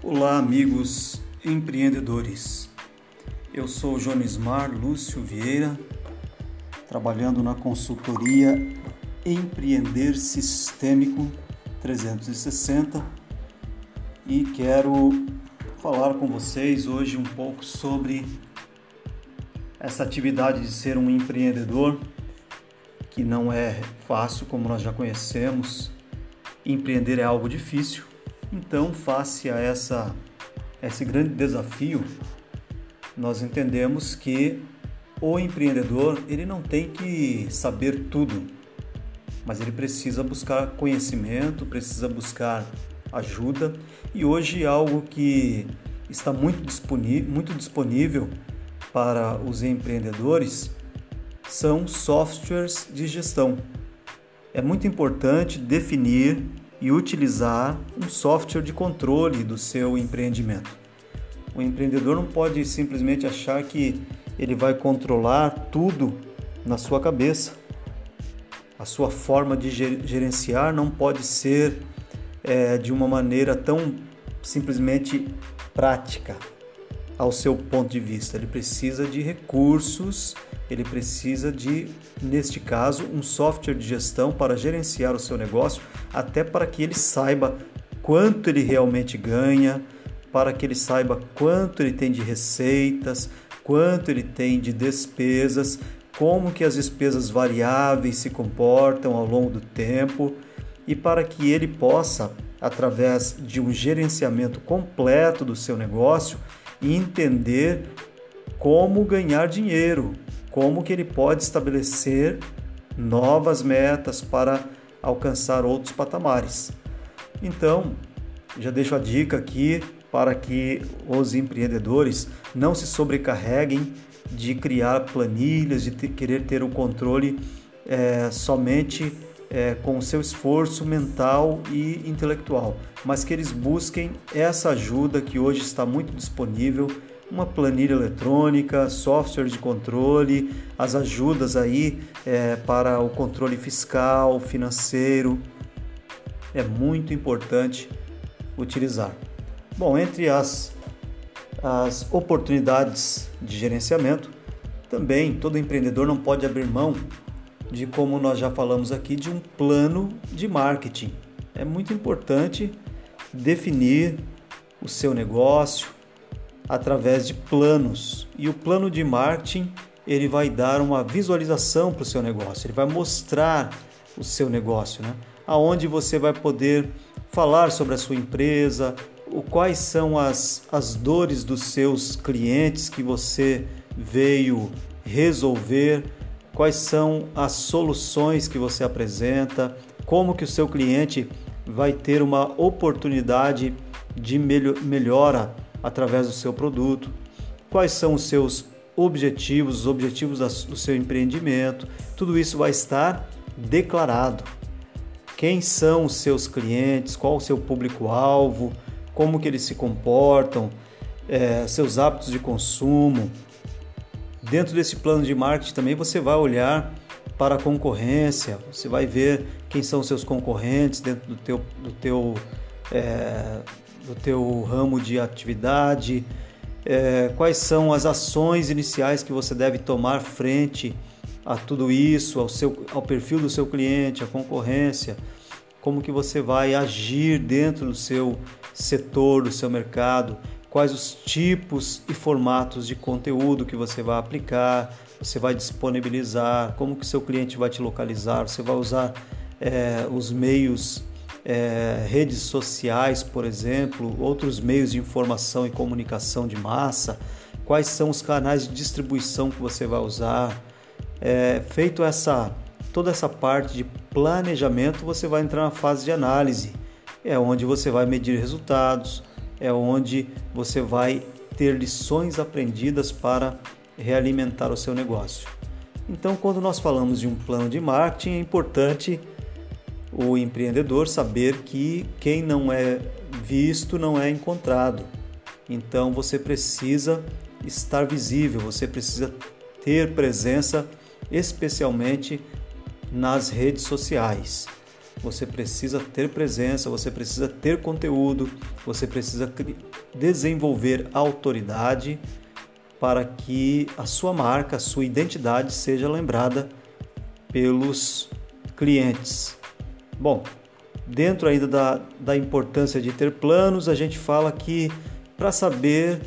Olá, amigos empreendedores. Eu sou Jonismar Lúcio Vieira, trabalhando na consultoria Empreender Sistêmico 360 e quero falar com vocês hoje um pouco sobre essa atividade de ser um empreendedor, que não é fácil, como nós já conhecemos. Empreender é algo difícil. Então, face a esse grande desafio, nós entendemos que o empreendedor ele não tem que saber tudo, mas ele precisa buscar conhecimento, precisa buscar ajuda. E hoje algo que está muito disponível para os empreendedores são softwares de gestão. É muito importante definir e utilizar um software de controle do seu empreendimento. O empreendedor não pode simplesmente achar que ele vai controlar tudo na sua cabeça. A sua forma de gerenciar não pode ser de uma maneira tão simplesmente prática ao seu ponto de vista. Ele precisa de recursos, ele precisa de, neste caso, um software de gestão para gerenciar o seu negócio, até para que ele saiba quanto ele realmente ganha, para que ele saiba quanto ele tem de receitas, quanto ele tem de despesas, como que as despesas variáveis se comportam ao longo do tempo, e para que ele possa, através de um gerenciamento completo do seu negócio, entender como ganhar dinheiro, como que ele pode estabelecer novas metas para alcançar outros patamares. Então, já deixo a dica aqui para que os empreendedores não se sobrecarreguem de criar planilhas, de querer ter o controle somente com o seu esforço mental e intelectual, mas que eles busquem essa ajuda que hoje está muito disponível, uma planilha eletrônica, software de controle, as ajudas aí para o controle fiscal, financeiro, é muito importante utilizar. Bom, entre as oportunidades de gerenciamento, também todo empreendedor não pode abrir mão de, como nós já falamos aqui, de um plano de marketing. É muito importante definir o seu negócio através de planos. E o plano de marketing, ele vai dar uma visualização para o seu negócio, ele vai mostrar o seu negócio, né? Aonde você vai poder falar sobre a sua empresa, quais são as dores dos seus clientes que você veio resolver, quais são as soluções que você apresenta, como que o seu cliente vai ter uma oportunidade de melhora através do seu produto, quais são os seus objetivos, os objetivos do seu empreendimento. Tudo isso vai estar declarado. Quem são os seus clientes, qual o seu público-alvo, como que eles se comportam, seus hábitos de consumo. Dentro desse plano de marketing também você vai olhar para a concorrência, você vai ver quem são os seus concorrentes dentro do teu ramo de atividade, quais são as ações iniciais que você deve tomar frente a tudo isso, ao perfil do seu cliente, à concorrência, como que você vai agir dentro do seu setor, do seu mercado, quais os tipos e formatos de conteúdo que você vai aplicar, você vai disponibilizar, como que o seu cliente vai te localizar, você vai usar os meios, redes sociais, por exemplo, outros meios de informação e comunicação de massa, quais são os canais de distribuição que você vai usar. Feito toda essa parte de planejamento, você vai entrar na fase de análise, onde você vai medir resultados, onde você vai ter lições aprendidas para realimentar o seu negócio. Então, quando nós falamos de um plano de marketing, é importante o empreendedor saber que quem não é visto não é encontrado. Então, você precisa estar visível, você precisa ter presença, especialmente nas redes sociais. você precisa ter presença, você precisa ter conteúdo, você precisa desenvolver autoridade para que a sua marca, a sua identidade seja lembrada pelos clientes. Bom, dentro ainda da importância de ter planos, a gente fala que para saber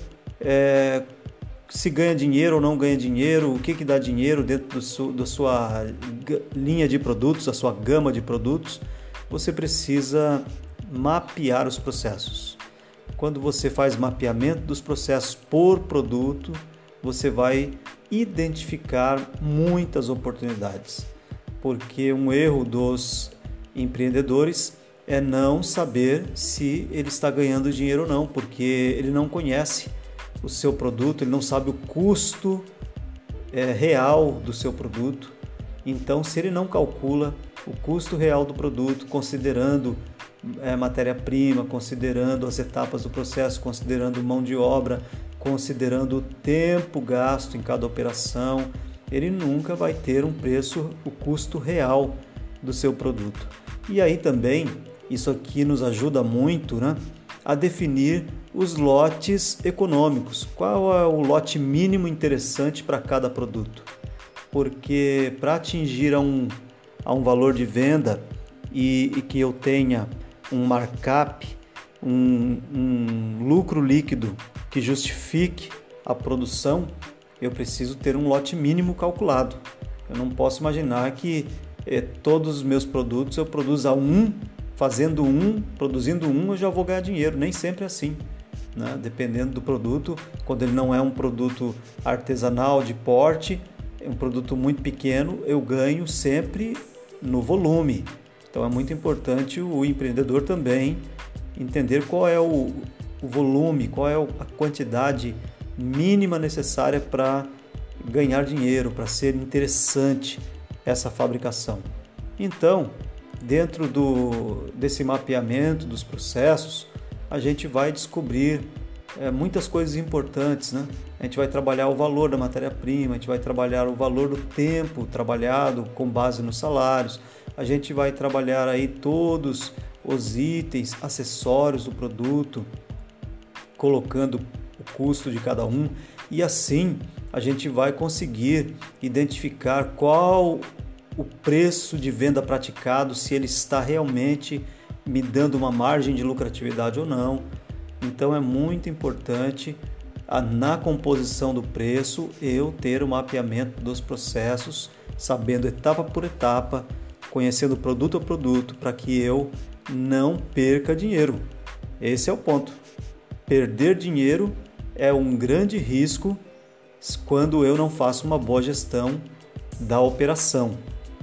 se ganha dinheiro ou não ganha dinheiro, o que dá dinheiro dentro da sua linha de produtos, a sua gama de produtos, você precisa mapear os processos. Quando você faz mapeamento dos processos por produto, você vai identificar muitas oportunidades, porque um erro dos empreendedores é não saber se ele está ganhando dinheiro ou não, porque ele não conhece o seu produto, ele não sabe o custo real do seu produto. Então, se ele não calcula o custo real do produto, considerando matéria-prima, considerando as etapas do processo, considerando mão de obra, considerando o tempo gasto em cada operação, ele nunca vai ter um preço, o custo real do seu produto. E aí também, isso aqui nos ajuda muito, a definir os lotes econômicos. Qual é o lote mínimo interessante para cada produto? Porque para atingir a um valor de venda e que eu tenha um markup, um lucro líquido que justifique a produção, eu preciso ter um lote mínimo calculado. Eu não posso imaginar que todos os meus produtos eu produza produzindo eu já vou ganhar dinheiro. Nem sempre é assim, dependendo do produto. Quando ele não é um produto artesanal de porte, é um produto muito pequeno, eu ganho sempre no volume. Então é muito importante o empreendedor também entender qual é o volume, qual é a quantidade mínima necessária para ganhar dinheiro, para ser interessante essa fabricação. Então, dentro desse mapeamento dos processos, a gente vai descobrir muitas coisas importantes, A gente vai trabalhar o valor da matéria-prima, a gente vai trabalhar o valor do tempo trabalhado com base nos salários, a gente vai trabalhar aí todos os itens, acessórios do produto, colocando o custo de cada um, e assim a gente vai conseguir identificar qual o preço de venda praticado, se ele está realmente me dando uma margem de lucratividade ou não. Então é muito importante na composição do preço eu ter o mapeamento dos processos, sabendo etapa por etapa, conhecendo produto a produto, para que eu não perca dinheiro. Esse é o ponto. Perder dinheiro é um grande risco quando eu não faço uma boa gestão da operação,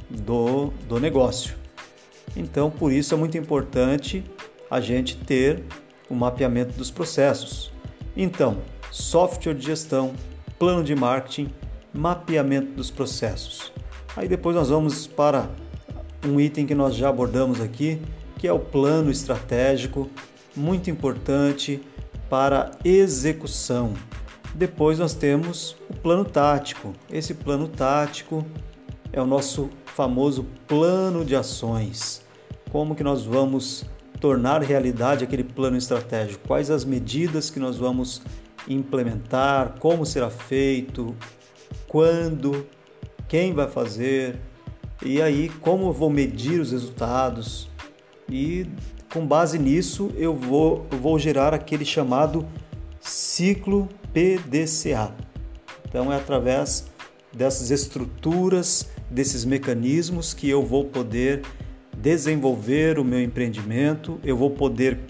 do negócio. Então, por isso é muito importante a gente ter o mapeamento dos processos. Então, software de gestão, plano de marketing, mapeamento dos processos. Aí depois nós vamos para um item que nós já abordamos aqui, que é o plano estratégico, muito importante para execução. Depois nós temos o plano tático. Esse plano tático é o nosso famoso plano de ações. Como que nós vamos tornar realidade aquele plano estratégico? Quais as medidas que nós vamos implementar? Como será feito? Quando? Quem vai fazer? E aí, como eu vou medir os resultados? E com base nisso, eu vou gerar aquele chamado ciclo PDCA. Então, é através dessas estruturas, desses mecanismos que eu vou poder desenvolver o meu empreendimento, eu vou poder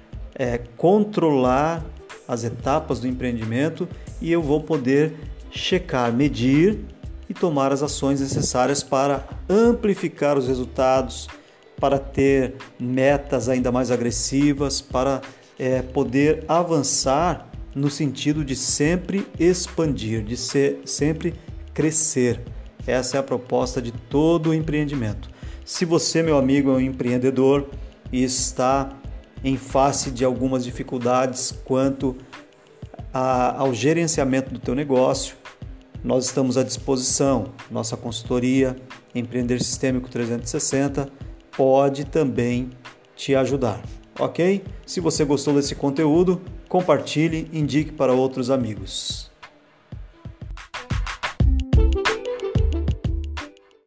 controlar as etapas do empreendimento e eu vou poder checar, medir e tomar as ações necessárias para amplificar os resultados, para ter metas ainda mais agressivas, para poder avançar no sentido de sempre expandir, de sempre crescer. Essa é a proposta de todo o empreendimento. Se você, meu amigo, é um empreendedor e está em face de algumas dificuldades quanto ao gerenciamento do teu negócio, nós estamos à disposição. Nossa consultoria Empreender Sistêmico 360 pode também te ajudar, ok? Se você gostou desse conteúdo, compartilhe e indique para outros amigos.